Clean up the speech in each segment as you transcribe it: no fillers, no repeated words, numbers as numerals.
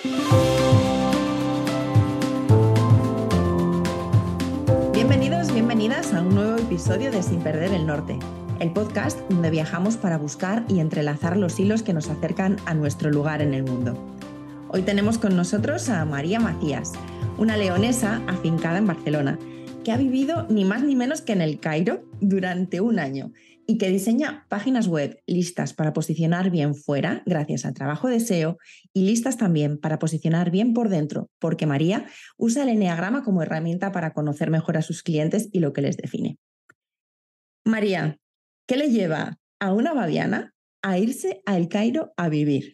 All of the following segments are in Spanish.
Bienvenidos, bienvenidas a un nuevo episodio de Sin Perder el Norte, el podcast donde viajamos para buscar y entrelazar los hilos que nos acercan a nuestro lugar en el mundo. Hoy tenemos con nosotros a María Macías, una leonesa afincada en Barcelona, que ha vivido ni más ni menos que en El Cairo durante un año y que diseña páginas web listas para posicionar bien fuera gracias al trabajo de SEO y listas también para posicionar bien por dentro, porque María usa el eneagrama como herramienta para conocer mejor a sus clientes y lo que les define. María, ¿qué le lleva a una baviana a irse a El Cairo a vivir?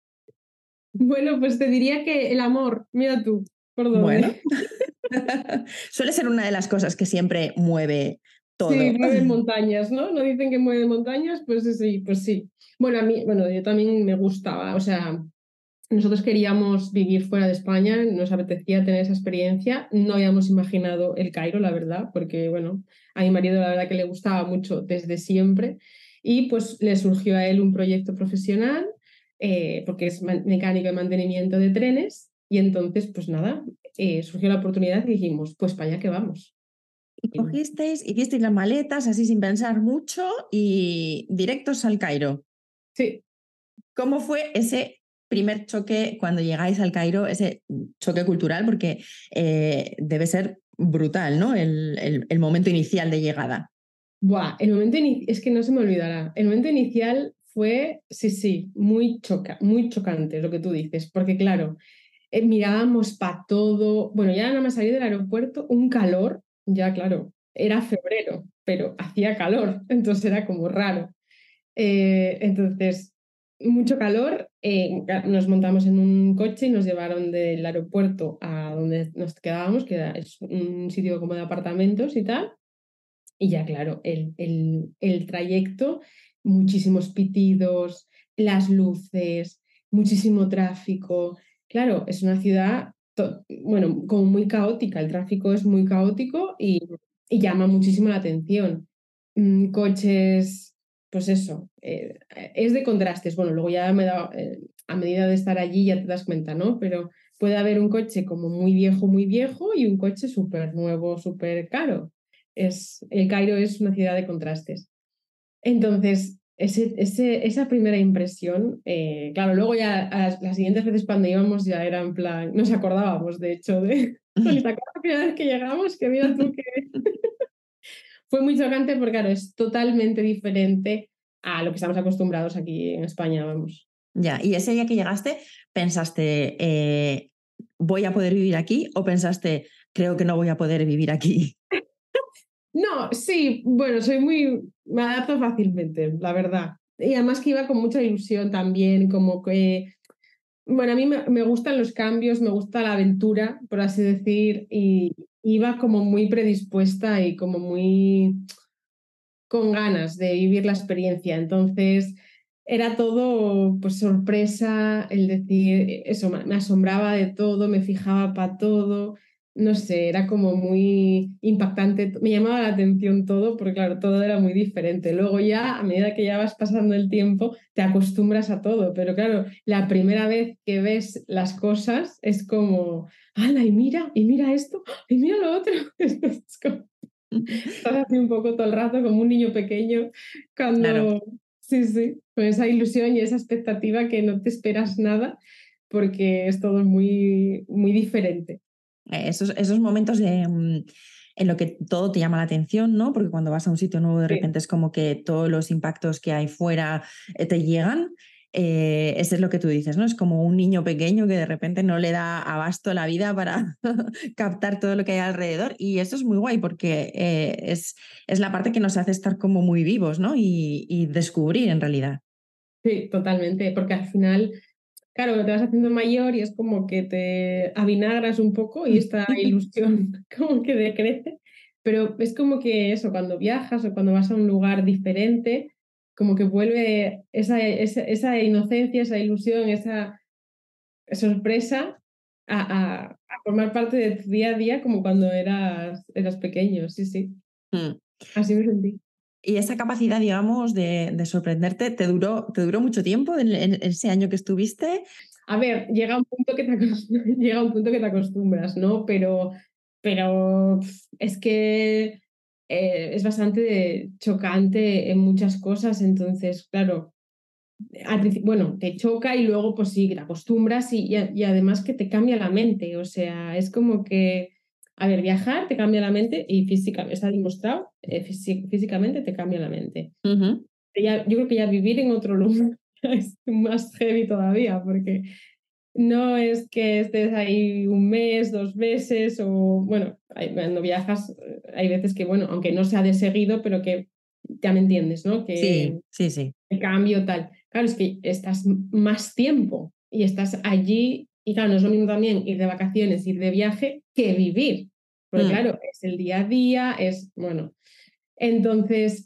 Bueno, pues te diría que el amor, mira tú, ¿por Bueno, dónde? suele ser una de las cosas que siempre mueve Sí, todo. mueven montañas, ¿no? ¿No dicen que mueven montañas? Pues sí, pues sí. Bueno, a mí, bueno, yo también me gustaba, o sea, nosotros queríamos vivir fuera de España, nos apetecía tener esa experiencia, no habíamos imaginado el Cairo, la verdad, porque, bueno, a mi marido la verdad que le gustaba mucho desde siempre y pues le surgió a él un proyecto profesional, porque es mecánico de mantenimiento de trenes y entonces, pues nada, surgió la oportunidad y dijimos, pues para allá que vamos. Y hicisteis las maletas así sin pensar mucho y directos al Cairo. Sí. ¿Cómo fue ese primer choque cuando llegáis al Cairo, ese choque cultural? Porque debe ser brutal, ¿no? El momento inicial de llegada. Buah, es que no se me olvidará. El momento inicial fue, sí, muy chocante lo que tú dices, porque claro, mirábamos para todo, bueno, ya nada más salir del aeropuerto, un calor, ya claro, era febrero, pero hacía calor, entonces era como raro. Entonces, mucho calor, nos montamos en un coche y nos llevaron del aeropuerto a donde nos quedábamos, es un sitio como de apartamentos y tal. Y ya, claro, el trayecto, muchísimos pitidos, las luces, muchísimo tráfico. Claro, es una ciudad, bueno, como muy caótica, el tráfico es muy caótico y llama muchísimo la atención. Coches, pues eso, es de contrastes. Bueno, luego ya a medida de estar allí ya te das cuenta, ¿no? Pero puede haber un coche como muy viejo y un coche súper nuevo, súper caro. El Cairo es una ciudad de contrastes. Entonces, esa primera impresión, claro, luego ya las siguientes veces cuando íbamos ya era en plan, nos acordábamos de hecho de, bueno, ¿te acuerdas la primera vez que llegamos? Que mira tú que fue muy chocante porque claro, es totalmente diferente a lo que estamos acostumbrados aquí en España, vamos. Ya, y ese día que llegaste, ¿pensaste, voy a poder vivir aquí? ¿O pensaste, creo que no voy a poder vivir aquí? No, sí, bueno, me adapto fácilmente, la verdad. Y además que iba con mucha ilusión también, como que, bueno, a mí me gustan los cambios, me gusta la aventura, por así decir, y iba como muy predispuesta y como muy con ganas de vivir la experiencia. Entonces, era todo pues sorpresa, el decir, eso, me asombraba de todo, me fijaba para todo, no sé, era como muy impactante, me llamaba la atención todo, porque claro, todo era muy diferente. Luego ya, a medida que ya vas pasando el tiempo, te acostumbras a todo, pero claro, la primera vez que ves las cosas es como, ¡hala! Y mira esto, y mira lo otro. Es como, estás así un poco todo el rato como un niño pequeño Claro. cuando, sí, con esa ilusión y esa expectativa que no te esperas nada porque es todo muy diferente. Esos momentos en lo que todo te llama la atención, ¿no? Porque cuando vas a un sitio nuevo, de Sí, repente es como que todos los impactos que hay fuera te llegan. Eso es lo que tú dices, ¿no? Es como un niño pequeño que de repente no le da abasto a la vida para captar todo lo que hay alrededor. Y eso es muy guay porque es la parte que nos hace estar como muy vivos, ¿no? Y descubrir en realidad. sí, totalmente, porque al final, claro, te vas haciendo mayor y es como que te avinagras un poco y esta ilusión como que decrece, pero es como que eso, cuando viajas o cuando vas a un lugar diferente, como que vuelve esa inocencia, esa ilusión, esa sorpresa a formar parte de tu día a día como cuando eras pequeño, sí, sí, Mm. así me sentí. Y esa capacidad, digamos, de sorprenderte, ¿te duró mucho tiempo en ese año que estuviste? A ver, llega un punto que te llega un punto que te acostumbras, ¿no? Pero es que es bastante chocante en muchas cosas, entonces, claro, al principio, bueno, te choca y luego pues sí, te acostumbras y además que te cambia la mente, o sea, es como que, a ver, viajar te cambia la mente y físicamente, está demostrado, físicamente te cambia la mente. Ujú. Yo creo que ya vivir en otro lugar es más heavy todavía, porque no es que estés ahí un mes, 2 meses, o bueno, cuando viajas hay veces que, bueno, aunque no sea de seguido, pero que ya me entiendes, ¿no? Sí, Que sí, sí. el cambio tal. Claro, es que estás más tiempo y estás allí y claro, no es lo mismo también ir de vacaciones, ir de viaje, que vivir. Porque Mm. claro, es el día a día, es, bueno, entonces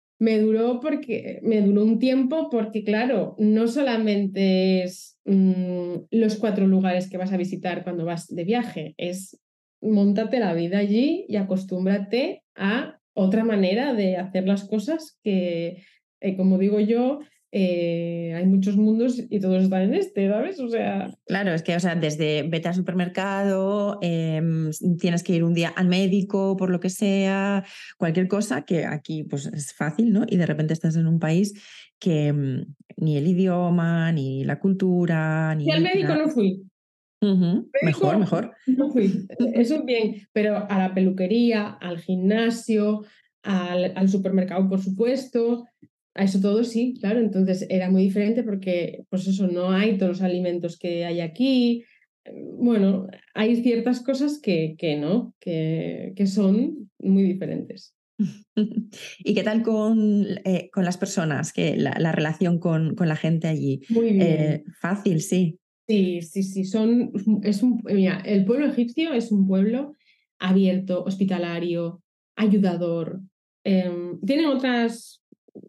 me duró un tiempo porque, claro, no solamente es los 4 lugares que vas a visitar cuando vas de viaje, es móntate la vida allí y acostúmbrate a otra manera de hacer las cosas que, como digo yo, hay muchos mundos y todos están en este, ¿sabes? O sea, Claro, es que, o sea, desde vete al supermercado, tienes que ir un día al médico por lo que sea, cualquier cosa que aquí pues es fácil, ¿no? Y de repente estás en un país que ni el idioma, ni la cultura, y al ni médico nada. no fui. Ujú. Mejor, Médico mejor. no fui, eso bien, pero a la peluquería, al gimnasio, al supermercado, por supuesto, a eso todo sí, claro, entonces era muy diferente porque, pues eso, no hay todos los alimentos que hay aquí. Bueno, hay ciertas cosas que no, que son muy diferentes. ¿Y qué tal con las personas, que la relación con la gente allí? Muy bien. Fácil, sí. Sí, sí, sí, mira, el pueblo egipcio es un pueblo abierto, hospitalario, ayudador. Tienen otras,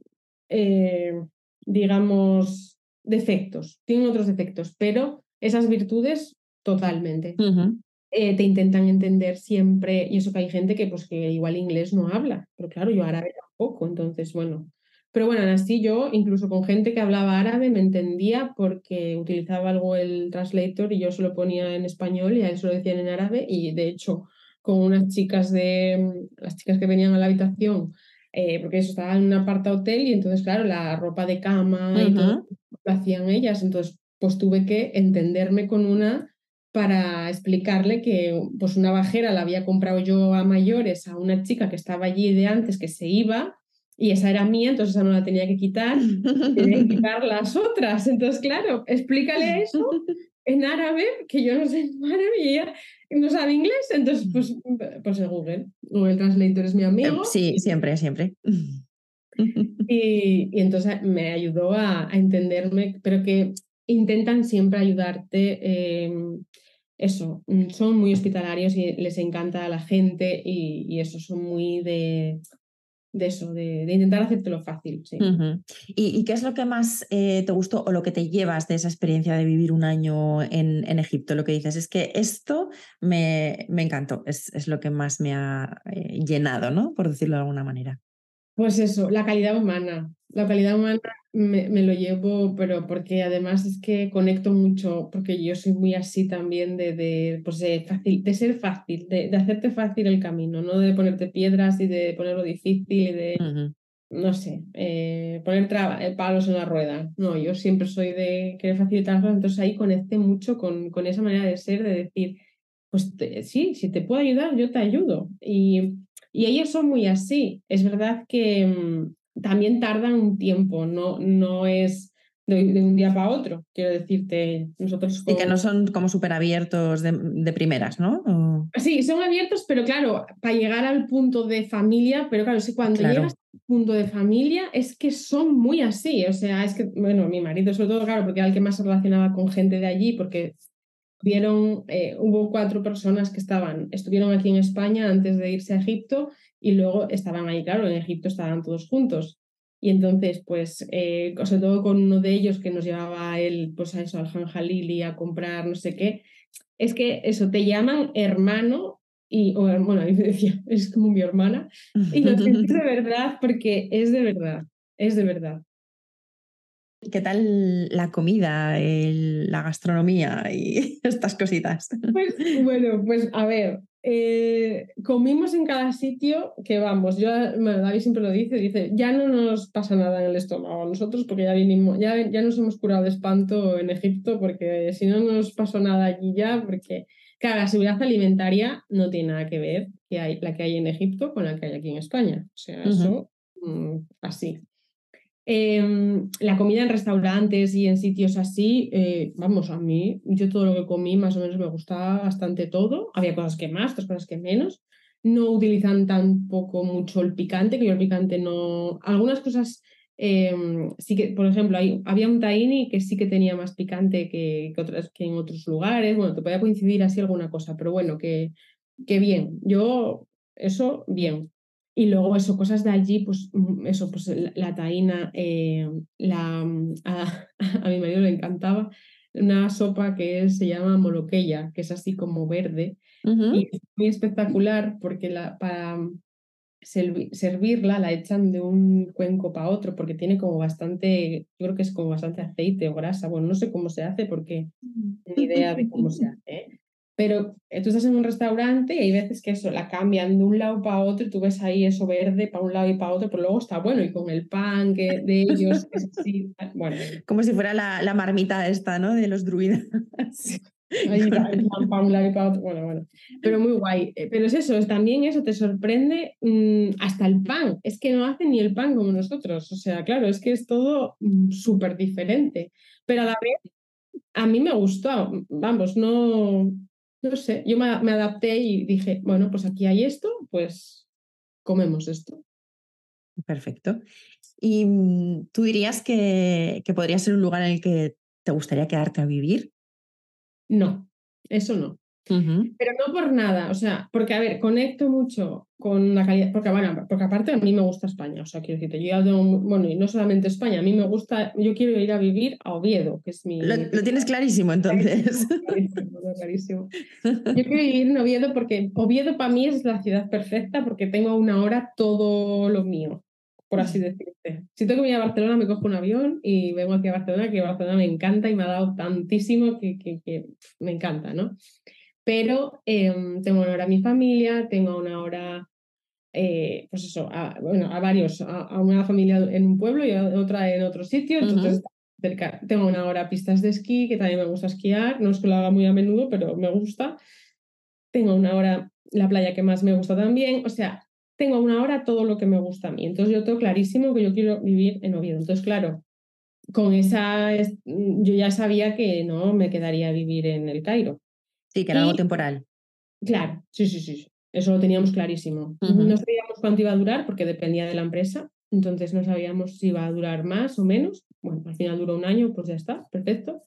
eh, digamos, defectos, tienen otros defectos, pero esas virtudes totalmente. Ujú. Te intentan entender siempre, y eso que hay gente que, pues, que igual inglés no habla, pero claro, yo árabe tampoco, entonces, bueno. Pero bueno, aún así yo, incluso con gente que hablaba árabe, me entendía porque utilizaba algo el translator y yo se lo ponía en español y a él se lo decían en árabe, y de hecho, con unas chicas las chicas que venían a la habitación, porque eso estaba en un aparta hotel y entonces, claro, la ropa de cama y todo Ujú. lo hacían ellas, entonces, pues tuve que entenderme con una para explicarle que pues una bajera la había comprado yo a mayores a una chica que estaba allí de antes que se iba y esa era mía, entonces esa no la tenía que quitar y tenía que quitar las otras. Entonces, claro, explícale eso en árabe, que yo no sé árabe y ella no sabe inglés, entonces pues en Google Translator es mi amigo Sí, siempre, siempre. y entonces me ayudó a entenderme, pero que intentan siempre ayudarte. Eso, son muy hospitalarios y les encanta a la gente y eso, son muy de eso, de intentar hacértelo fácil, sí. Ujú. ¿Y qué es lo que más te gustó o lo que te llevas de esa experiencia de vivir un año en Egipto? Lo que dices es que esto me encantó, es lo que más me ha llenado, ¿no? Por decirlo de alguna manera. Pues eso, la calidad humana. La calidad humana me lo llevo, pero porque además es que conecto mucho, porque yo soy muy así también pues de ser fácil, de hacerte fácil el camino, no de ponerte piedras y de ponerlo difícil y de, Ujú. no sé, poner palos en la rueda. No, yo siempre soy de querer facilitar las cosas, entonces ahí conecté mucho con esa manera de ser, de decir, pues sí, si te puedo ayudar, yo te ayudo. Y ellos son muy así. Es verdad que también tardan un tiempo, no es de un día para otro. Quiero decirte, nosotros Sí, que con... no son como súper abiertos de primeras, ¿no? Sí, son abiertos, pero claro, para llegar al punto de familia, pero claro, sí, cuando llegas Claro. al punto de familia es que son muy así. O sea, es que, bueno, mi marido sobre todo, claro, porque era el que más se relacionaba con gente de allí, porque hubo 4 personas que estuvieron aquí en España antes de irse a Egipto y luego estaban ahí, claro, en Egipto estaban todos juntos. Y entonces, pues, sobre todo con uno de ellos que nos llevaba a él, pues a eso, al Han Jalili, a comprar no sé qué, es que eso, te llaman hermano y bueno, a mí me decía, es como mi hermana, y lo siento de verdad porque es de verdad, es de verdad. ¿Qué tal la comida, la gastronomía y estas cositas? Pues bueno, pues a ver, comimos en cada sitio que vamos, bueno, David siempre lo dice, ya no nos pasa nada en el estómago a nosotros porque ya vinimos, ya nos hemos curado de espanto en Egipto porque si no nos pasó nada allí ya, porque claro, la seguridad alimentaria no tiene nada que ver la que hay en Egipto con la que hay aquí en España, o sea, eso así. La comida en restaurantes y en sitios así, vamos, a mí, yo todo lo que comí más o menos me gustaba bastante todo. Había cosas que más, otras cosas que menos. No utilizan tampoco mucho el picante, que yo el picante no. Algunas cosas sí que, por ejemplo, había un tahini que sí que tenía más picante que en otros lugares. Bueno, te podía coincidir así alguna cosa, pero bueno, que bien. Yo, eso, bien. Y luego eso, cosas de allí, pues eso, pues la taína, a mi marido le encantaba una sopa se llama moloqueya, que es así como verde y es muy espectacular porque para servirla la echan de un cuenco para otro porque tiene como bastante, yo creo que es como bastante aceite o grasa, bueno, no sé cómo se hace porque ni idea de cómo se hace, ¿eh? Pero tú estás en un restaurante y hay veces que eso la cambian de un lado para otro y tú ves ahí eso verde para un lado y para otro, pero luego está bueno y con el pan de ellos es así, bueno. Como si fuera la marmita esta, ¿no? De los druidas. Ahí el pan para un lado y para otro, bueno. Pero muy guay. Pero es eso, también eso te sorprende hasta el pan. Es que no hacen ni el pan como nosotros. O sea, claro, es que es todo súper diferente. Pero a la vez, a mí me gustó. Vamos, no sé. Yo me adapté y dije, bueno, pues aquí hay esto, pues comemos esto. Perfecto. ¿Y tú dirías que podría ser un lugar en el que te gustaría quedarte a vivir? No, eso no. Pero no por nada, o sea, porque a ver, conecto mucho con la calidad, porque bueno, porque aparte a mí me gusta España, o sea, quiero decirte, yo ya tengo, bueno, y no solamente España, a mí me gusta, yo quiero ir a vivir a Oviedo, que es Lo tienes clarísimo entonces. clarísimo, clarísimo. Yo quiero vivir en Oviedo porque Oviedo para mí es la ciudad perfecta porque tengo a una hora todo lo mío, por así decirte. Si tengo que ir a Barcelona, me cojo un avión y vengo aquí a Barcelona, que Barcelona me encanta y me ha dado tantísimo que me encanta, ¿no? Pero tengo una hora a mi familia, tengo una hora, pues eso, bueno, a varios, a una familia en un pueblo y a otra en otro sitio, entonces cerca, tengo una hora a pistas de esquí, que también me gusta esquiar, no es que lo haga muy a menudo, pero me gusta, tengo una hora la playa que más me gusta también, o sea, tengo una hora todo lo que me gusta a mí, entonces yo tengo clarísimo que yo quiero vivir en Oviedo, entonces claro, con yo ya sabía que no me quedaría a vivir en el Cairo. Sí, que era algo Y temporal. claro, sí, sí, sí, sí. Eso lo teníamos clarísimo. No sabíamos cuánto iba a durar porque dependía de la empresa, entonces no sabíamos si iba a durar más o menos. Bueno, al final duró un año, pues ya está, perfecto.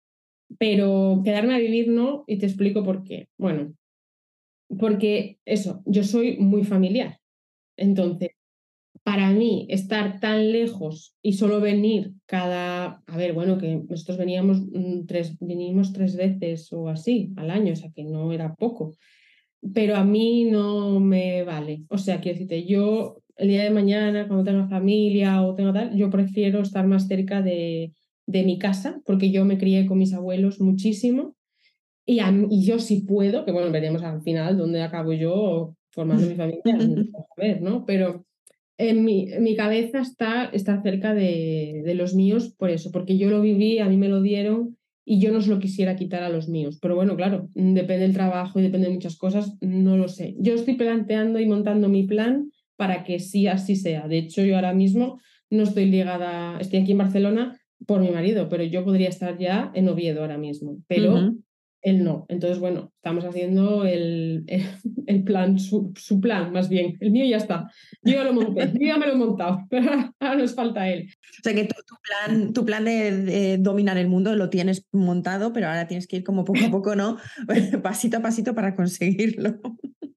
Pero quedarme a vivir no, y te explico por qué. Bueno, porque eso, yo soy muy familiar. Entonces, para mí, estar tan lejos y solo venir a ver, bueno, que nosotros vinimos 3 veces o así al año, o sea que no era poco. Pero a mí no me vale. O sea, quiero decirte, yo el día de mañana, cuando tenga familia o tenga tal, yo prefiero estar más cerca de mi casa, porque yo me crié con mis abuelos muchísimo y yo sí puedo, que bueno, veremos al final dónde acabo yo formando mi familia, a ver, ¿no? Pero en mi cabeza está estar cerca de los míos por eso, porque yo lo viví, a mí me lo dieron y yo no se lo quisiera quitar a los míos. Pero bueno, claro, depende del trabajo y depende de muchas cosas, no lo sé. Yo estoy planteando y montando mi plan para que sí así sea. De hecho, yo ahora mismo no estoy ligada, estoy aquí en Barcelona por mi marido, pero yo podría estar ya en Oviedo ahora mismo, pero él no. Entonces, bueno, estamos haciendo el plan, su plan más bien. El mío ya está. Yo ya lo monté, yo ya me lo he montado, pero ahora nos falta él. O sea que tu plan de dominar el mundo lo tienes montado, pero ahora tienes que ir como poco a poco, ¿no? Pasito a pasito para conseguirlo.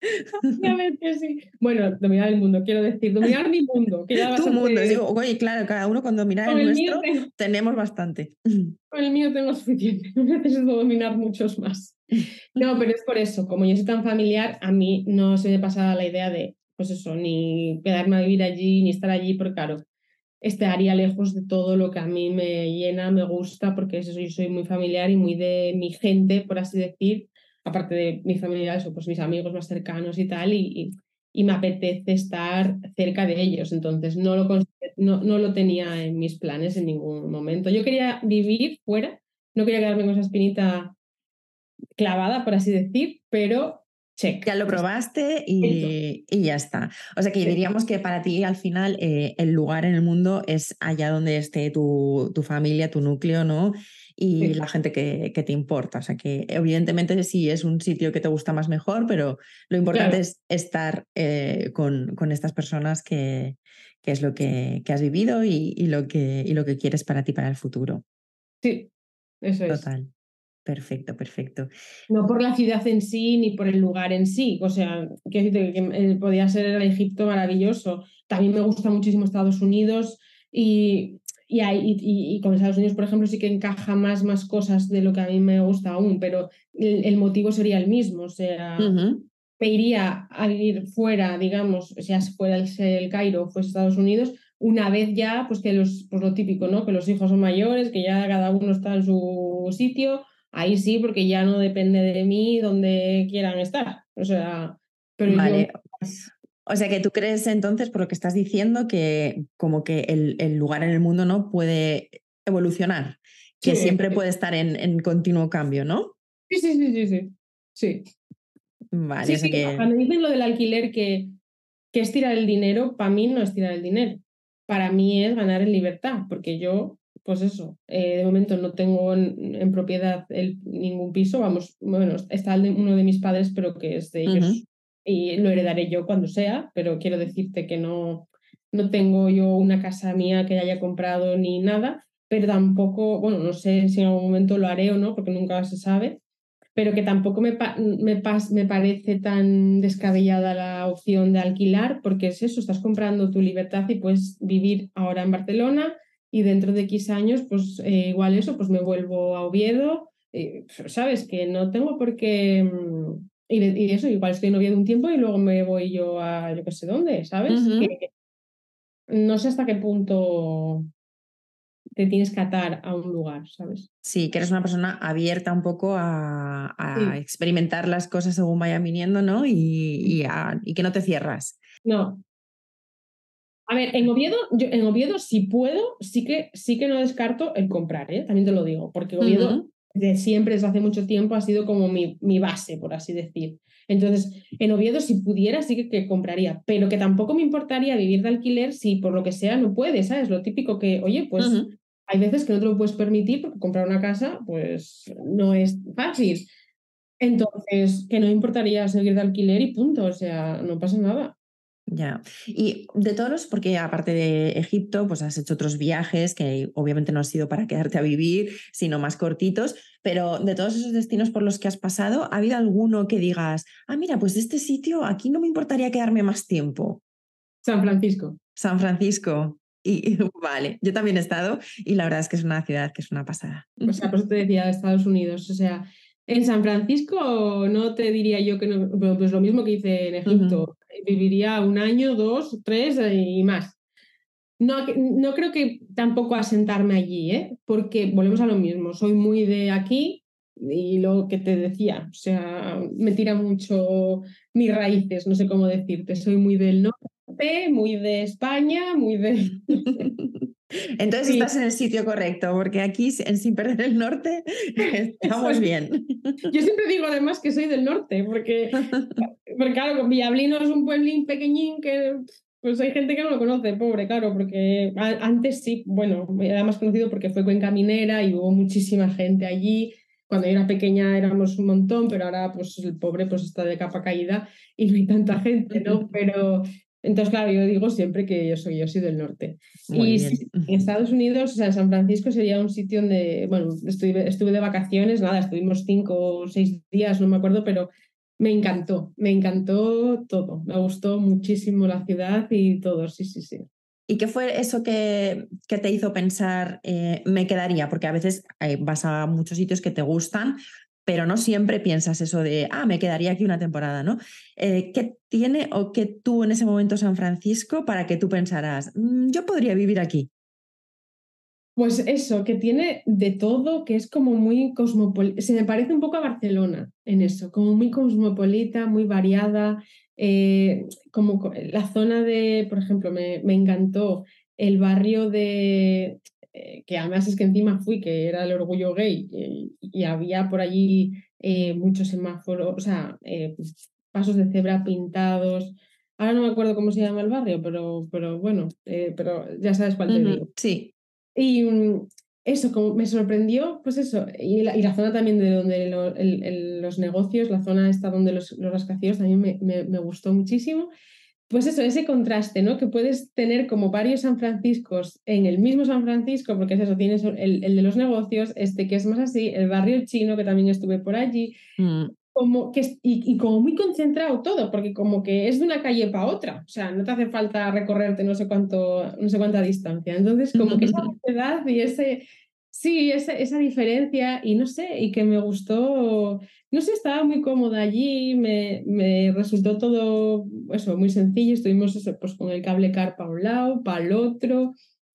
Obviamente sí. Bueno, dominar el mundo, quiero decir, dominar mi mundo, que ya Tu mundo, bastante. digo, oye, claro, cada uno cuando mira Con el el mío nuestro tengo, tenemos bastante. con el mío tengo suficiente, no necesito dominar muchos más. No, pero es por eso, como yo soy tan familiar, a mí no se me pasa la idea de, pues eso, ni quedarme a vivir allí, ni estar allí, porque claro, estaría lejos de todo lo que a mí me llena, me gusta, porque es eso, yo soy muy familiar y muy de mi gente, por así decir, aparte de mi familia, eso, pues mis amigos más cercanos y tal, y me apetece estar cerca de ellos, entonces no lo tenía en mis planes en ningún momento. Yo quería vivir fuera, no quería quedarme con esa espinita clavada, por así decir, pero check. Ya lo probaste Hecho. y ya está. O sea que Sí, diríamos que para ti al final el lugar en el mundo es allá donde esté tu familia, tu núcleo, ¿no? Y sí, la gente que te importa. O sea que evidentemente sí es un sitio que te gusta más mejor, pero lo importante claro, es estar con estas personas que es lo que has vivido y lo que quieres para ti para el futuro. sí, eso es. Total. Perfecto, perfecto. No por la ciudad en sí ni por el lugar en sí. O sea, quiero decirte que podía ser el Egipto maravilloso. También me gusta muchísimo Estados Unidos y con Estados Unidos, por ejemplo, sí que encaja más cosas de lo que a mí me gusta aún, pero el motivo sería el mismo. O sea, Ujú. me iría a vivir fuera, digamos, o sea, si fuera el Cairo o fuese Estados Unidos, una vez ya, pues que pues lo típico, ¿no? Que los hijos son mayores, que ya cada uno está en su sitio. Ahí sí, porque ya no depende de mí donde quieran estar. O sea, pero yo, Vale. O sea que tú crees entonces, por lo que estás diciendo, que como que el lugar en el mundo no puede evolucionar, que sí, siempre puede estar en continuo cambio, ¿no? sí, sí, sí, sí, sí. Sí, Vale, sí, o sea sí. que. Cuando dicen lo del alquiler que es tirar el dinero, para mí no es tirar el dinero. Para mí es ganar en libertad, porque yo, pues eso, de momento no tengo en propiedad ningún piso, vamos, bueno, está uno de mis padres, pero que es de ellos Ujú. y lo heredaré yo cuando sea, pero quiero decirte que no tengo yo una casa mía que haya comprado ni nada, pero tampoco, bueno, no sé si en algún momento lo haré o no, porque nunca se sabe, pero que tampoco me parece tan descabellada la opción de alquilar, porque es eso, estás comprando tu libertad y puedes vivir ahora en Barcelona y dentro de X años, pues igual eso, pues me vuelvo a Oviedo, ¿sabes? Que no tengo por qué. Y eso, igual estoy en Oviedo un tiempo y luego me voy yo a yo qué sé dónde, ¿sabes? Que Ujú. no sé hasta qué punto te tienes que atar a un lugar, ¿sabes? Sí, que eres una persona abierta un poco a Sí. experimentar las cosas según vayan viniendo, ¿no? Y que no te cierras. No, a ver, en Oviedo si puedo, sí que no descarto el comprar, ¿eh? También te lo digo, porque Oviedo Ujú. de siempre, desde hace mucho tiempo, ha sido como mi base, por así decir. Entonces, en Oviedo, si pudiera, sí que compraría, pero que tampoco me importaría vivir de alquiler si por lo que sea no puedes, ¿sabes? Lo típico que, oye, pues Ujú. hay veces que no te lo puedes permitir porque comprar una casa, pues no es fácil. Entonces, que no me importaría seguir de alquiler y punto, o sea, no pasa nada. Ya. Y de todos los, porque aparte de Egipto, pues has hecho otros viajes que obviamente no han sido para quedarte a vivir, sino más cortitos, pero de todos esos destinos por los que has pasado, ¿ha habido alguno que digas, ah, mira, pues este sitio, aquí no me importaría quedarme más tiempo? San Francisco. San Francisco. Y vale, yo también he estado y la verdad es que es una ciudad que es una pasada. O sea, por eso te decía Estados Unidos. O sea, en San Francisco no te diría yo que no, pero pues lo mismo que hice en Ujú. Egipto. Viviría un año, dos, tres y más. No creo que tampoco asentarme allí, ¿eh? Porque volvemos a lo mismo. Soy muy de aquí y lo que te decía, o sea, me tira mucho mis raíces, no sé cómo decirte. Soy muy del norte, muy de España, muy de. Entonces Sí, estás en el sitio correcto, porque aquí en Sin Perder el Norte eso estamos es. bien. Yo siempre digo además que soy del norte, porque claro, Villablino es un pueblín pequeñín que pues hay gente que no lo conoce, pobre, claro, porque antes sí, bueno, era más conocido porque fue Cuenca minera y hubo muchísima gente allí. Cuando yo era pequeña éramos un montón, pero ahora pues el pobre pues está de capa caída y no hay tanta gente, ¿no? Pero entonces, claro, yo digo siempre que yo soy del norte. Muy Y bien. sí, en Estados Unidos, o sea, San Francisco sería un sitio donde, bueno, estuve de vacaciones, nada, estuvimos 5 o 6 días, no me acuerdo, pero Me encantó todo. Me gustó muchísimo la ciudad y todo, sí, sí, sí. ¿Y qué fue eso que te hizo pensar, me quedaría? Porque a veces vas a muchos sitios que te gustan, pero no siempre piensas eso de, me quedaría aquí una temporada, ¿no? ¿Qué tiene o qué tuvo en ese momento San Francisco para que tú pensaras, yo podría vivir aquí"? Pues eso, que tiene de todo, que es como muy cosmopolita. Se me parece un poco a Barcelona en eso, como muy cosmopolita, muy variada. La zona de, por ejemplo, me encantó el barrio que además es que encima fui, que era el orgullo gay, y había por allí muchos semáforos, o sea, pasos de cebra pintados. Ahora no me acuerdo cómo se llama el barrio, pero bueno, pero ya sabes cuál te Ujú, digo. sí. Y eso, como me sorprendió, pues eso, y la zona también de donde los negocios, la zona esta donde los rascacielos también me gustó muchísimo. Pues eso, ese contraste, ¿no? Que puedes tener como varios San Franciscos en el mismo San Francisco, porque es eso, tienes el de los negocios, este que es más así, el barrio chino, que también estuve por allí, Mm. como que y como muy concentrado todo, porque como que es de una calle para otra, o sea, no te hace falta recorrerte no sé cuánta distancia. Entonces, como que esa variedad y sí, esa diferencia, y no sé, y que me gustó, no sé, estaba muy cómoda allí, me resultó todo eso, muy sencillo, estuvimos eso, pues con el cable car para un lado, para el otro.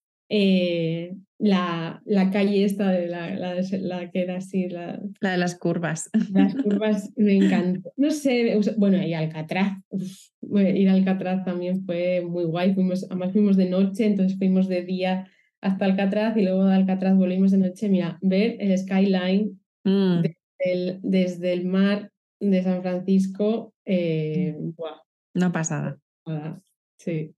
La calle esta de la que era así, La de las curvas. las curvas me encantó. No sé, bueno, y Alcatraz. Bueno, ir a Alcatraz también fue muy guay. Además fuimos de noche, entonces fuimos de día hasta Alcatraz y luego de Alcatraz volvimos de noche. Mira, ver el skyline Mm, desde el mar de San Francisco. Buah, una pasada. nada, sí.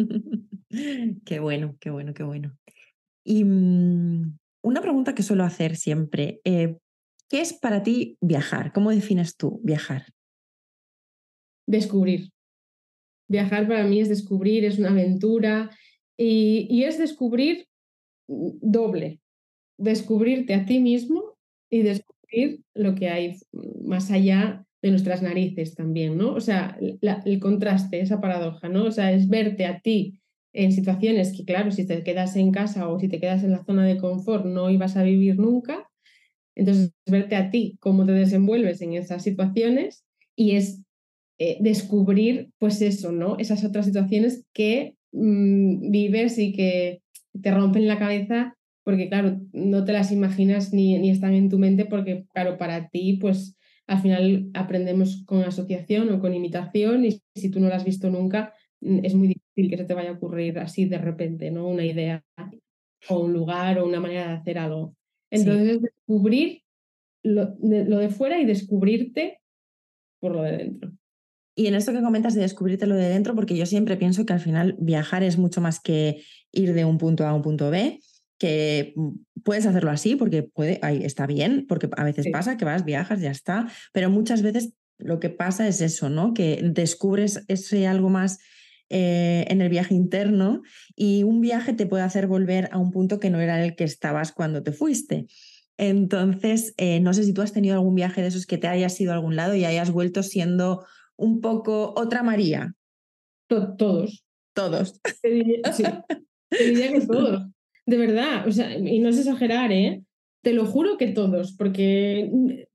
Qué bueno, qué bueno, qué bueno. Y una pregunta que suelo hacer siempre, ¿qué es para ti viajar? ¿Cómo defines tú viajar? Descubrir. Viajar para mí es descubrir, es una aventura y es descubrir doble. Descubrirte a ti mismo y descubrir lo que hay más allá de nuestras narices también, ¿no? O sea, el contraste, esa paradoja, ¿no? O sea, es verte a ti en situaciones que, claro, si te quedas en casa o si te quedas en la zona de confort no ibas a vivir nunca. Entonces, verte a ti, cómo te desenvuelves en esas situaciones y es descubrir, pues eso, ¿no? Esas otras situaciones que vives y que te rompen la cabeza porque, claro, no te las imaginas ni están en tu mente porque, claro, para ti, pues al final aprendemos con asociación o con imitación y si tú no lo has visto nunca, es muy difícil que se te vaya a ocurrir así de repente, ¿no? Una idea o un lugar o una manera de hacer algo. Sí. Entonces, es descubrir lo de fuera y descubrirte por lo de dentro. Y en esto que comentas de descubrirte lo de dentro, porque yo siempre pienso que al final viajar es mucho más que ir de un punto A a un punto B, que puedes hacerlo así porque está bien, porque a veces Sí. pasa que vas, viajas, ya está, pero muchas veces lo que pasa es eso, ¿no? Que descubres ese algo más en el viaje interno y un viaje te puede hacer volver a un punto que no era el que estabas cuando te fuiste. Entonces, no sé si tú has tenido algún viaje de esos que te hayas ido a algún lado y hayas vuelto siendo un poco otra María. Todos. Todos. Sí, te diría que todos. De verdad, o sea, y no es exagerar, ¿eh? Te lo juro que todos, porque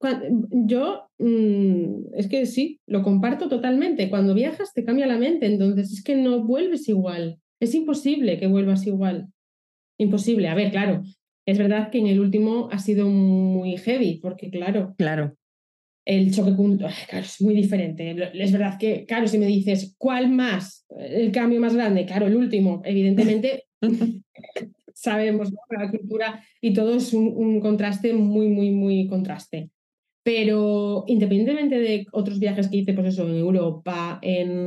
yo es que sí, lo comparto totalmente. Cuando viajas te cambia la mente, entonces es que no vuelves igual. Es imposible que vuelvas igual. Imposible. A ver, claro, es verdad que en el último ha sido muy heavy, porque claro, Claro. el choque cultural, claro, es muy diferente. Es verdad que, claro, si me dices, ¿cuál más? El cambio más grande, claro, el último, evidentemente sabemos, ¿no? La cultura y todo es un contraste muy contraste. Pero independientemente de otros viajes que hice, pues eso, en Europa,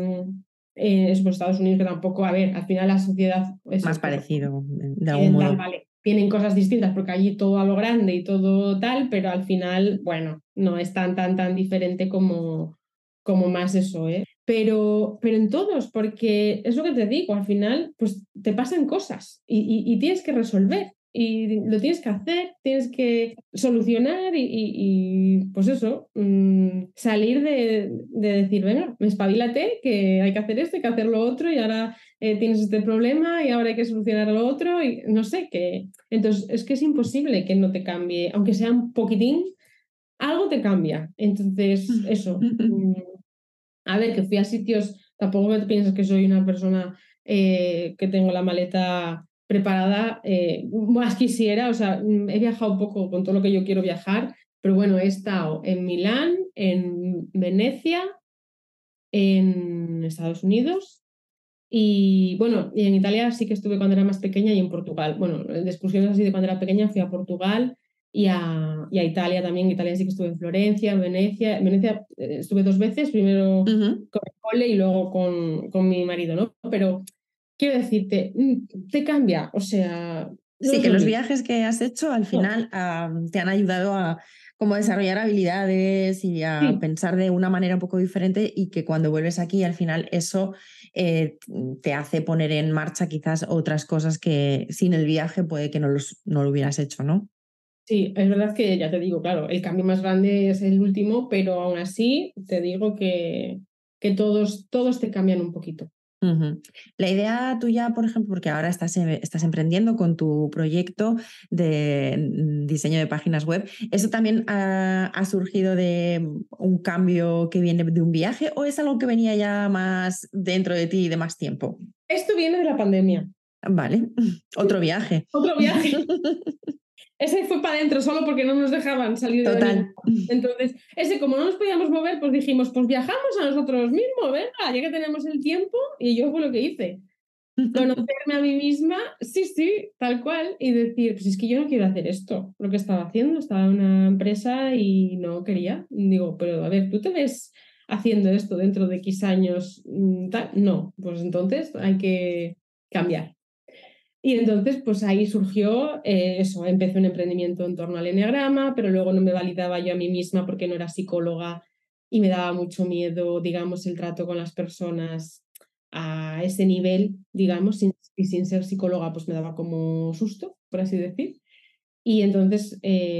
en Estados Unidos, que tampoco, a ver, al final la sociedad, Más eso, pues parecido, de algún occidental, modo. vale, tienen cosas distintas porque allí todo a lo grande y todo tal, pero al final, bueno, no es tan diferente como más eso, ¿eh? Pero en todos, porque es lo que te digo, al final, pues te pasan cosas y tienes que resolver. y lo tienes que hacer, tienes que solucionar y pues eso, salir de decir, venga, espabilate, que hay que hacer esto, hay que hacer lo otro y ahora tienes este problema y ahora hay que solucionar lo otro y no sé qué. Entonces, es que es imposible que no te cambie, aunque sea un poquitín, algo te cambia. Entonces, eso. A ver, que fui a sitios, tampoco te piensas que soy una persona que tengo la maleta preparada, más quisiera, o sea, he viajado un poco con todo lo que yo quiero viajar, pero bueno, he estado en Milán, en Venecia, en Estados Unidos y bueno, y en Italia sí que estuve cuando era más pequeña y en Portugal. Bueno, de excursiones así de cuando era pequeña fui a Portugal y a Italia también. Italia sí que estuve en Florencia, en Venecia. En Venecia estuve 2 veces, primero con el cole y luego con mi marido, ¿no? Pero quiero decirte, te cambia, o sea, no Sí, es que lo los mismo. viajes que has hecho al No, final te han ayudado a como desarrollar habilidades y a sí, pensar de una manera un poco diferente y que cuando vuelves aquí al final eso eh, te hace poner en marcha quizás otras cosas que sin el viaje puede que no lo hubieras hecho, ¿no? sí, es verdad que ya te digo, claro, el cambio más grande es el último, pero aún así te digo que todos te cambian un poquito. Ujú. La idea tuya, por ejemplo, porque ahora estás emprendiendo con tu proyecto de diseño de páginas web, ¿eso también ha surgido de un cambio que viene de un viaje o es algo que venía ya más dentro de ti de más tiempo? Esto viene de la pandemia. Vale, otro viaje. Otro viaje. Ese fue para adentro solo porque no nos dejaban salir de ningún Total. lado. Entonces, ese como no nos podíamos mover, pues dijimos, pues viajamos a nosotros mismos, venga, ya que tenemos el tiempo. Y yo fue lo que hice. Conocerme a mí misma, sí, sí, tal cual, y decir, pues es que yo no quiero hacer esto, lo que estaba haciendo, estaba en una empresa y no quería. Digo, pero a ver, ¿tú te ves haciendo esto dentro de X años? Tal? No, pues entonces hay que cambiar. Y entonces, pues ahí surgió eso, empecé un emprendimiento en torno al eneagrama, pero luego no me validaba yo a mí misma porque no era psicóloga y me daba mucho miedo, digamos, el trato con las personas a ese nivel, digamos, y sin ser psicóloga, pues me daba como susto, por así decir. Y entonces,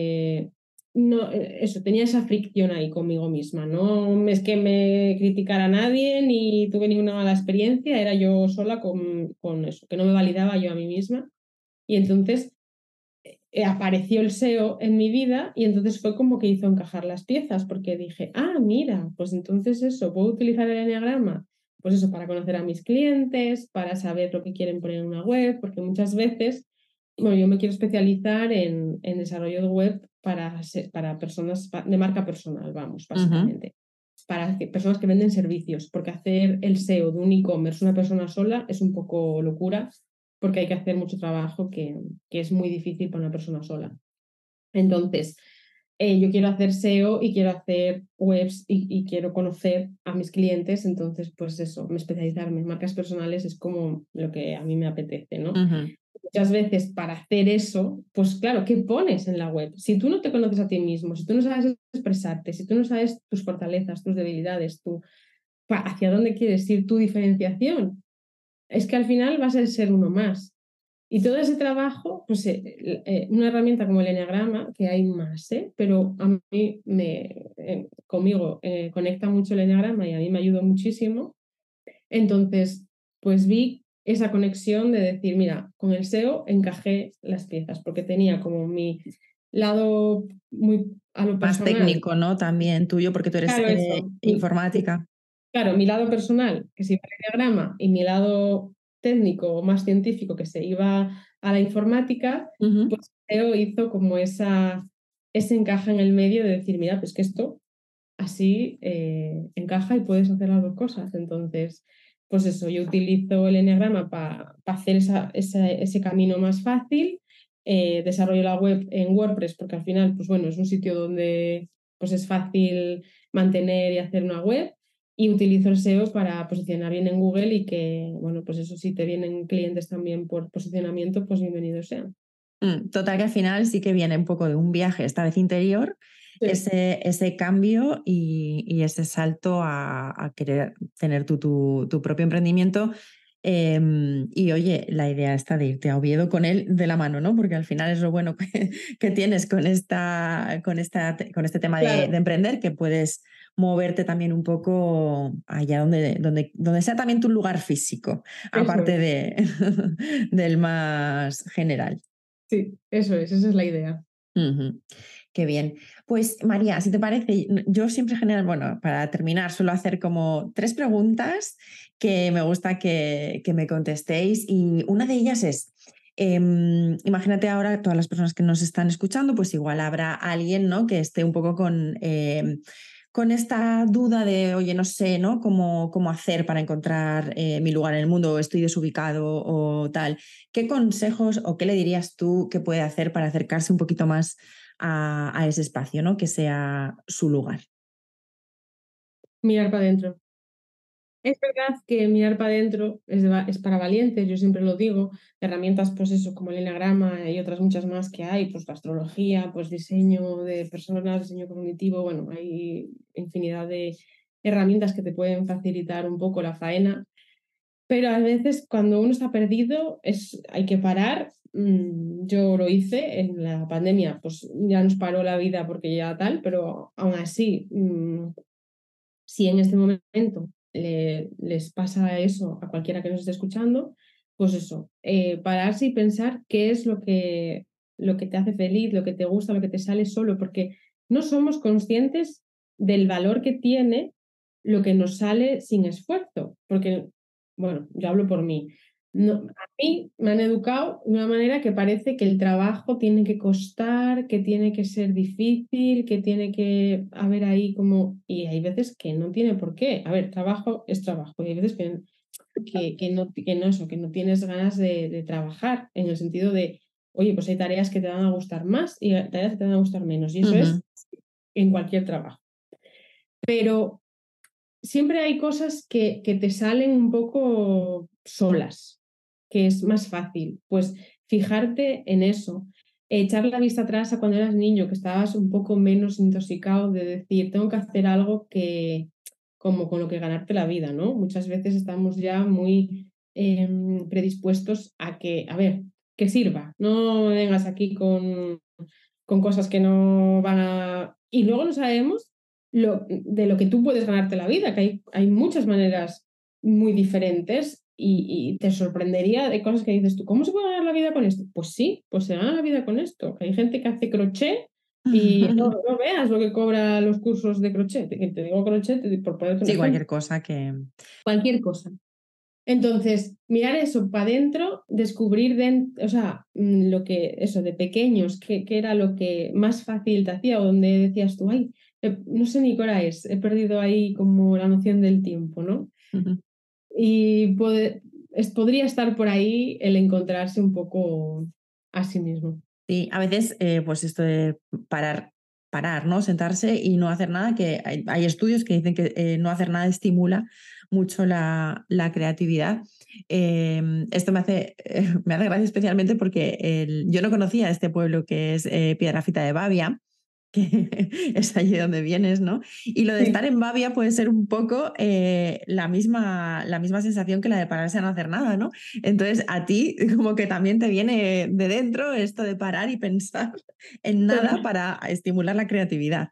no, eso, tenía esa fricción ahí conmigo misma. No es que me criticara nadie ni tuve ninguna mala experiencia, era yo sola con eso, que no me validaba yo a mí misma. Y entonces apareció el SEO en mi vida y entonces fue como que hizo encajar las piezas, porque dije, ah, mira, pues entonces eso, puedo utilizar el enneagrama, pues eso, para conocer a mis clientes, para saber lo que quieren poner en una web, porque muchas veces, bueno, yo me quiero especializar en desarrollo de web para personas de marca personal, vamos, Ujú. básicamente. Para personas que venden servicios, porque hacer el SEO de un e-commerce una persona sola es un poco locura porque hay que hacer mucho trabajo que es muy difícil para una persona sola. Entonces, yo quiero hacer SEO y quiero hacer webs y quiero conocer a mis clientes, entonces, pues eso, me especializarme en marcas personales es como lo que a mí me apetece, ¿no? Ujú. Muchas veces para hacer eso, pues claro, ¿qué pones en la web? Si tú no te conoces a ti mismo, si tú no sabes expresarte, si tú no sabes tus fortalezas, tus debilidades, hacia dónde quieres ir, tu diferenciación, es que al final vas a ser uno más. Y todo ese trabajo, pues una herramienta como el Enneagrama, que hay más, pero a mí conmigo conecta mucho el Enneagrama y a mí me ayudó muchísimo. Entonces, pues vi esa conexión de decir, mira, con el SEO encajé las piezas, porque tenía como mi lado muy a lo Más personal. técnico, ¿no? También tuyo, porque tú eres Claro, eso. informática. Claro, mi lado personal, que se iba al diagrama, y mi lado técnico o más científico, que se iba a la informática, Ujú. pues Leo hizo como ese encaje en el medio de decir, mira, pues que esto así encaja y puedes hacer las dos cosas. Entonces, pues eso, yo utilizo el enneagrama para hacer ese camino más fácil, desarrollo la web en WordPress, porque al final, pues bueno, es un sitio donde pues es fácil mantener y hacer una web. Y utilizo el SEO para posicionar bien en Google y que, bueno, pues eso, si te vienen clientes también por posicionamiento, pues bienvenido sea. Total que al final sí que viene un poco de un viaje, esta vez interior, Sí, ese cambio y ese salto a querer tener tu propio emprendimiento Y oye, la idea está de irte a Oviedo con él de la mano, ¿no? Porque al final es lo bueno que tienes con este tema de Claro, emprender, que puedes moverte también un poco allá donde sea también tu lugar físico, eso aparte es. del más general. Sí, eso es, esa es la idea. Ujú. Qué bien. Pues María, si te parece, yo siempre general, bueno, para terminar, suelo hacer como 3 preguntas que me gusta que me contestéis y una de ellas es, imagínate ahora todas las personas que nos están escuchando, pues igual habrá alguien, ¿no? Que esté un poco con esta duda de, oye, no sé, ¿no? Cómo hacer para encontrar mi lugar en el mundo, o estoy desubicado o tal. ¿Qué consejos o qué le dirías tú que puede hacer para acercarse un poquito más a ese espacio, ¿no? Que sea su lugar? Mirar para adentro. Es verdad que mirar para adentro es para valientes, yo siempre lo digo. Herramientas, pues eso, como el enagrama y otras muchas más que hay, pues la astrología, pues diseño de personas, diseño cognitivo, bueno, hay infinidad de herramientas que te pueden facilitar un poco la faena, pero a veces cuando uno está perdido hay que parar. Yo lo hice en la pandemia, pues ya nos paró la vida porque ya tal, pero aún así, si en este momento les pasa eso a cualquiera que nos esté escuchando, pues eso, pararse y pensar qué es lo que te hace feliz, lo que te gusta, lo que te sale solo, porque no somos conscientes del valor que tiene lo que nos sale sin esfuerzo, porque, bueno, yo hablo por mí. No, a mí me han educado de una manera que parece que el trabajo tiene que costar, que tiene que ser difícil, que tiene que haber ahí como... Y hay veces que no tiene por qué. A ver, trabajo es trabajo. Y hay veces que no eso, que no tienes ganas de trabajar, en el sentido de, oye, pues hay tareas que te van a gustar más y tareas que te van a gustar menos. Y eso Ujú. es en cualquier trabajo. Pero siempre hay cosas que te salen un poco solas, que es más fácil. Pues fijarte en eso, echar la vista atrás a cuando eras niño, que estabas un poco menos intoxicado de decir, tengo que hacer algo que, como con lo que ganarte la vida, ¿no? Muchas veces estamos ya muy predispuestos a que, a ver, que sirva, no vengas aquí con cosas que no van a... Y luego no sabemos de lo que tú puedes ganarte la vida, que hay muchas maneras muy diferentes y te sorprendería de cosas que dices tú, ¿cómo se puede ganar la vida con esto? Pues sí, pues se gana la vida con esto. Hay gente que hace crochet y no veas lo que cobra los cursos de crochet. Que te digo crochet por ponerte un Sí, ejemplo. cualquier cosa que... Cualquier cosa. Entonces, mirar eso para adentro, descubrir o sea, lo que, eso, de pequeños, qué era lo que más fácil te hacía, o donde decías tú, ay, no sé ni qué hora es, he perdido ahí como la noción del tiempo, ¿no? Ujú. Y podría estar por ahí el encontrarse un poco a sí mismo. Sí, a veces, pues esto de parar, ¿no? Sentarse y no hacer nada, que hay estudios que dicen que no hacer nada estimula mucho la creatividad. Esto me hace gracia especialmente porque yo no conocía este pueblo que es Piedrafita de Bavia, que es allí donde vienes, ¿no? Y lo de Sí. estar en Bavia puede ser un poco la misma sensación que la de pararse a no hacer nada, ¿no? Entonces a ti como que también te viene de dentro esto de parar y pensar en nada para estimular la creatividad.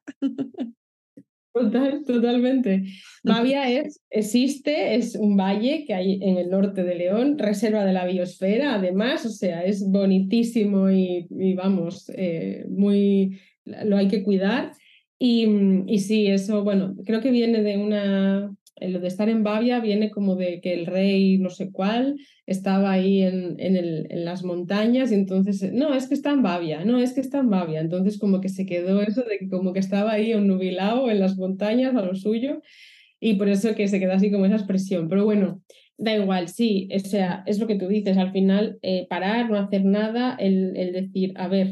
Totalmente. Bavia existe, es un valle que hay en el norte de León, reserva de la biosfera, además, o sea, es bonitísimo y vamos, lo hay que cuidar. Y sí, eso, bueno, creo que viene de lo de estar en Bavia viene como de que el rey no sé cuál estaba ahí en las montañas y entonces, no, es que está en Bavia, no, es que está en Bavia. Entonces como que se quedó eso de que como que estaba ahí nubilado en las montañas a lo suyo y por eso que se quedó así como esa expresión. Pero bueno, da igual, sí, o sea, es lo que tú dices, al final parar, no hacer nada, el decir, a ver,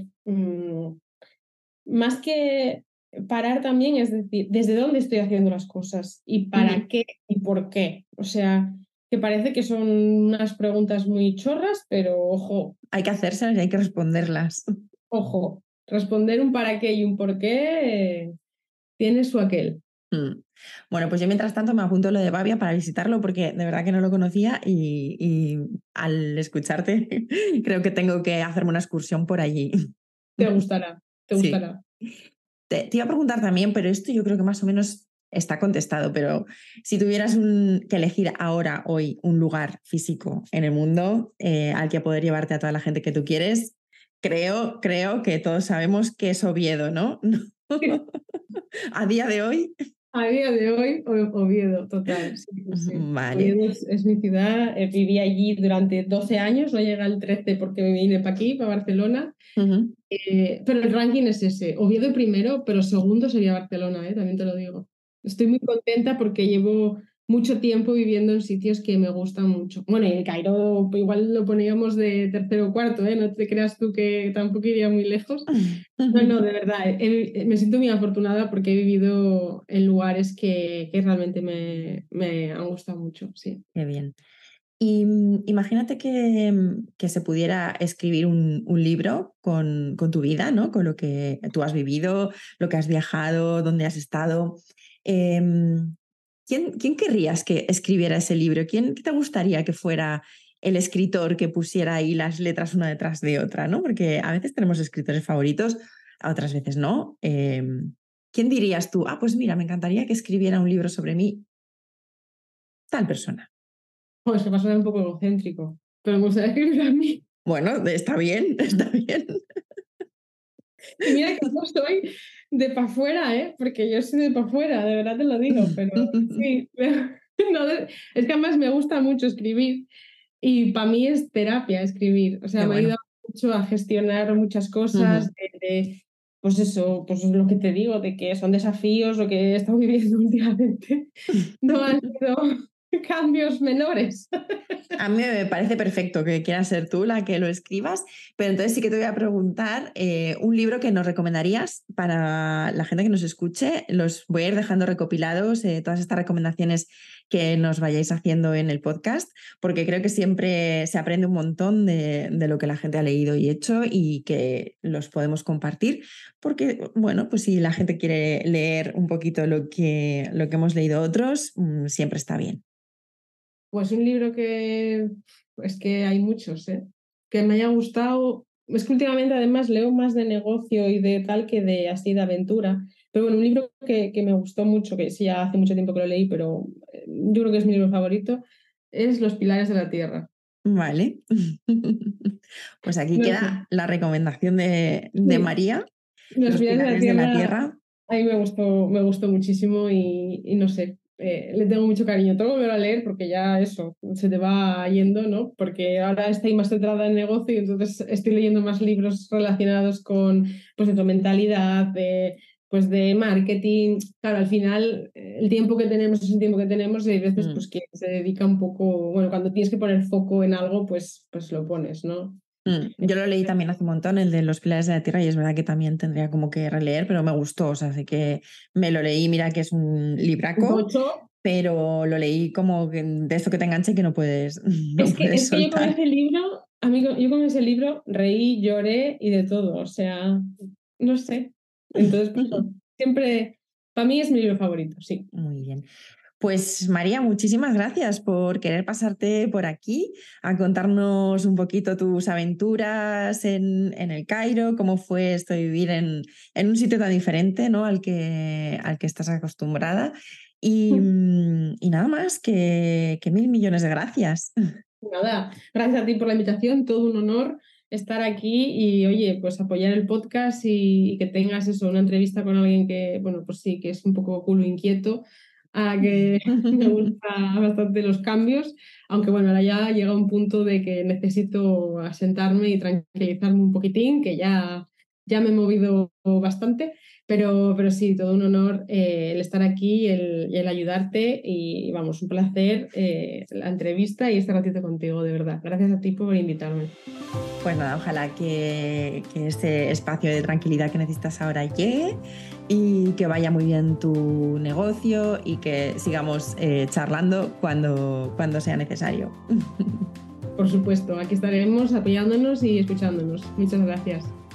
más que parar también es decir, ¿desde dónde estoy haciendo las cosas? ¿Y para Ujú. qué y por qué? O sea, que parece que son unas preguntas muy chorras, pero ojo, Hay que hacérselas y hay que responderlas. ojo, responder un para qué y un por qué tiene su aquel. Bueno, pues yo mientras tanto me apunto lo de Bavia para visitarlo porque de verdad que no lo conocía y al escucharte creo que tengo que hacerme una excursión por allí. Te gustará, te Sí. gustará. Te iba a preguntar también, pero esto yo creo que más o menos está contestado, pero si tuvieras que elegir ahora, hoy, un lugar físico en el mundo al que poder llevarte a toda la gente que tú quieres, creo que todos sabemos que es Oviedo, ¿no? A día de hoy. A día de hoy, Oviedo, total. Sí, sí, sí. Vale. Oviedo es mi ciudad. Viví allí durante 12 años, no llegué al 13 porque me vine para aquí, para Barcelona. Uh-huh. Pero el ranking es ese. Oviedo primero, pero segundo sería Barcelona, también te lo digo. Estoy muy contenta porque llevo mucho tiempo viviendo en sitios que me gustan mucho. Bueno, y el Cairo igual lo poníamos de tercero o cuarto, ¿eh? No te creas tú que tampoco iría muy lejos. No, no, de verdad, me siento muy afortunada porque he vivido en lugares que realmente me han gustado mucho, sí. Qué bien. Y imagínate que se pudiera escribir un libro con tu vida, ¿no? Con lo que tú has vivido, lo que has viajado, dónde has estado. Em, ¿quién querrías que escribiera ese libro? ¿Quién te gustaría que fuera el escritor que pusiera ahí las letras una detrás de otra, ¿no? Porque a veces tenemos escritores favoritos, a otras veces no. ¿Quién dirías tú? Ah, pues mira, me encantaría que escribiera un libro sobre mí, tal persona. Pues que va a sonar un poco egocéntrico, pero me gustaría escribir a mí. Bueno, está bien, está bien. Y mira que no soy de pa' fuera, porque yo soy de pa' fuera, de verdad te lo digo, pero sí. No, es que además me gusta mucho escribir y para mí es terapia escribir. O sea, Qué me ha bueno. ayudado mucho a gestionar muchas cosas, Ujú. pues eso, pues lo que te digo, de que son desafíos lo que he estado viviendo últimamente. No han sido cambios menores. A mí me parece perfecto que quieras ser tú la que lo escribas, pero entonces sí que te voy a preguntar un libro que nos recomendarías para la gente que nos escuche. Los voy a ir dejando recopilados, todas estas recomendaciones que nos vayáis haciendo en el podcast, porque creo que siempre se aprende un montón de lo que la gente ha leído y hecho y que los podemos compartir, porque, bueno, pues si la gente quiere leer un poquito lo que hemos leído otros, siempre está bien. Pues un libro que, es que hay muchos, que me haya gustado. Es que últimamente además leo más de negocio y de tal que de así de aventura. Pero bueno, un libro que me gustó mucho, que sí, ya hace mucho tiempo que lo leí, pero yo creo que es mi libro favorito, es Los Pilares de la Tierra. Vale. Pues aquí No sé. queda la recomendación de Sí, María, Los Los Pilares de la Pilares de la Tierra Tierra. a mí me gustó muchísimo y no sé, le tengo mucho cariño. Tengo que volver a leer porque ya eso, se te va yendo, ¿no? Porque ahora estoy más centrada en negocio y entonces estoy leyendo más libros relacionados con, pues, de tu mentalidad, pues de marketing. Claro, al final el tiempo que tenemos es el tiempo que tenemos y hay veces Mm, pues que se dedica un poco, bueno, cuando tienes que poner foco en algo, pues lo pones, ¿no? Yo lo leí también hace un montón, el de Los Pilares de la Tierra, y es verdad que también tendría como que releer, pero me gustó, o sea, sé que me lo leí, mira que es un Un libraco, tocho. pero lo leí como de esto que te enganche que no puedes, no puedes Es que yo con soltar. ese libro, amigo, yo con ese libro reí, lloré y de todo. O sea, no sé. Entonces, pues, siempre, para mí es mi libro favorito, sí. Muy bien. Pues María, muchísimas gracias por querer pasarte por aquí a contarnos un poquito tus aventuras en el Cairo, cómo fue esto de vivir en un sitio tan diferente, ¿no? al que estás acostumbrada. Y nada más, que mil millones de gracias. Nada, gracias a ti por la invitación, todo un honor estar aquí y, oye, pues apoyar el podcast y que tengas eso, una entrevista con alguien que, bueno, pues sí, que es un poco culo inquieto, a que me gusta bastante los cambios, aunque bueno, ahora ya llega un punto de que necesito asentarme y tranquilizarme un poquitín, que ya me he movido bastante. Pero sí, todo un honor el estar aquí y el ayudarte y vamos, un placer la entrevista y este ratito contigo, de verdad. Gracias a ti por invitarme. Pues nada, ojalá que este espacio de tranquilidad que necesitas ahora llegue y que vaya muy bien tu negocio y que sigamos charlando cuando sea necesario. Por supuesto, aquí estaremos apoyándonos y escuchándonos. Muchas gracias.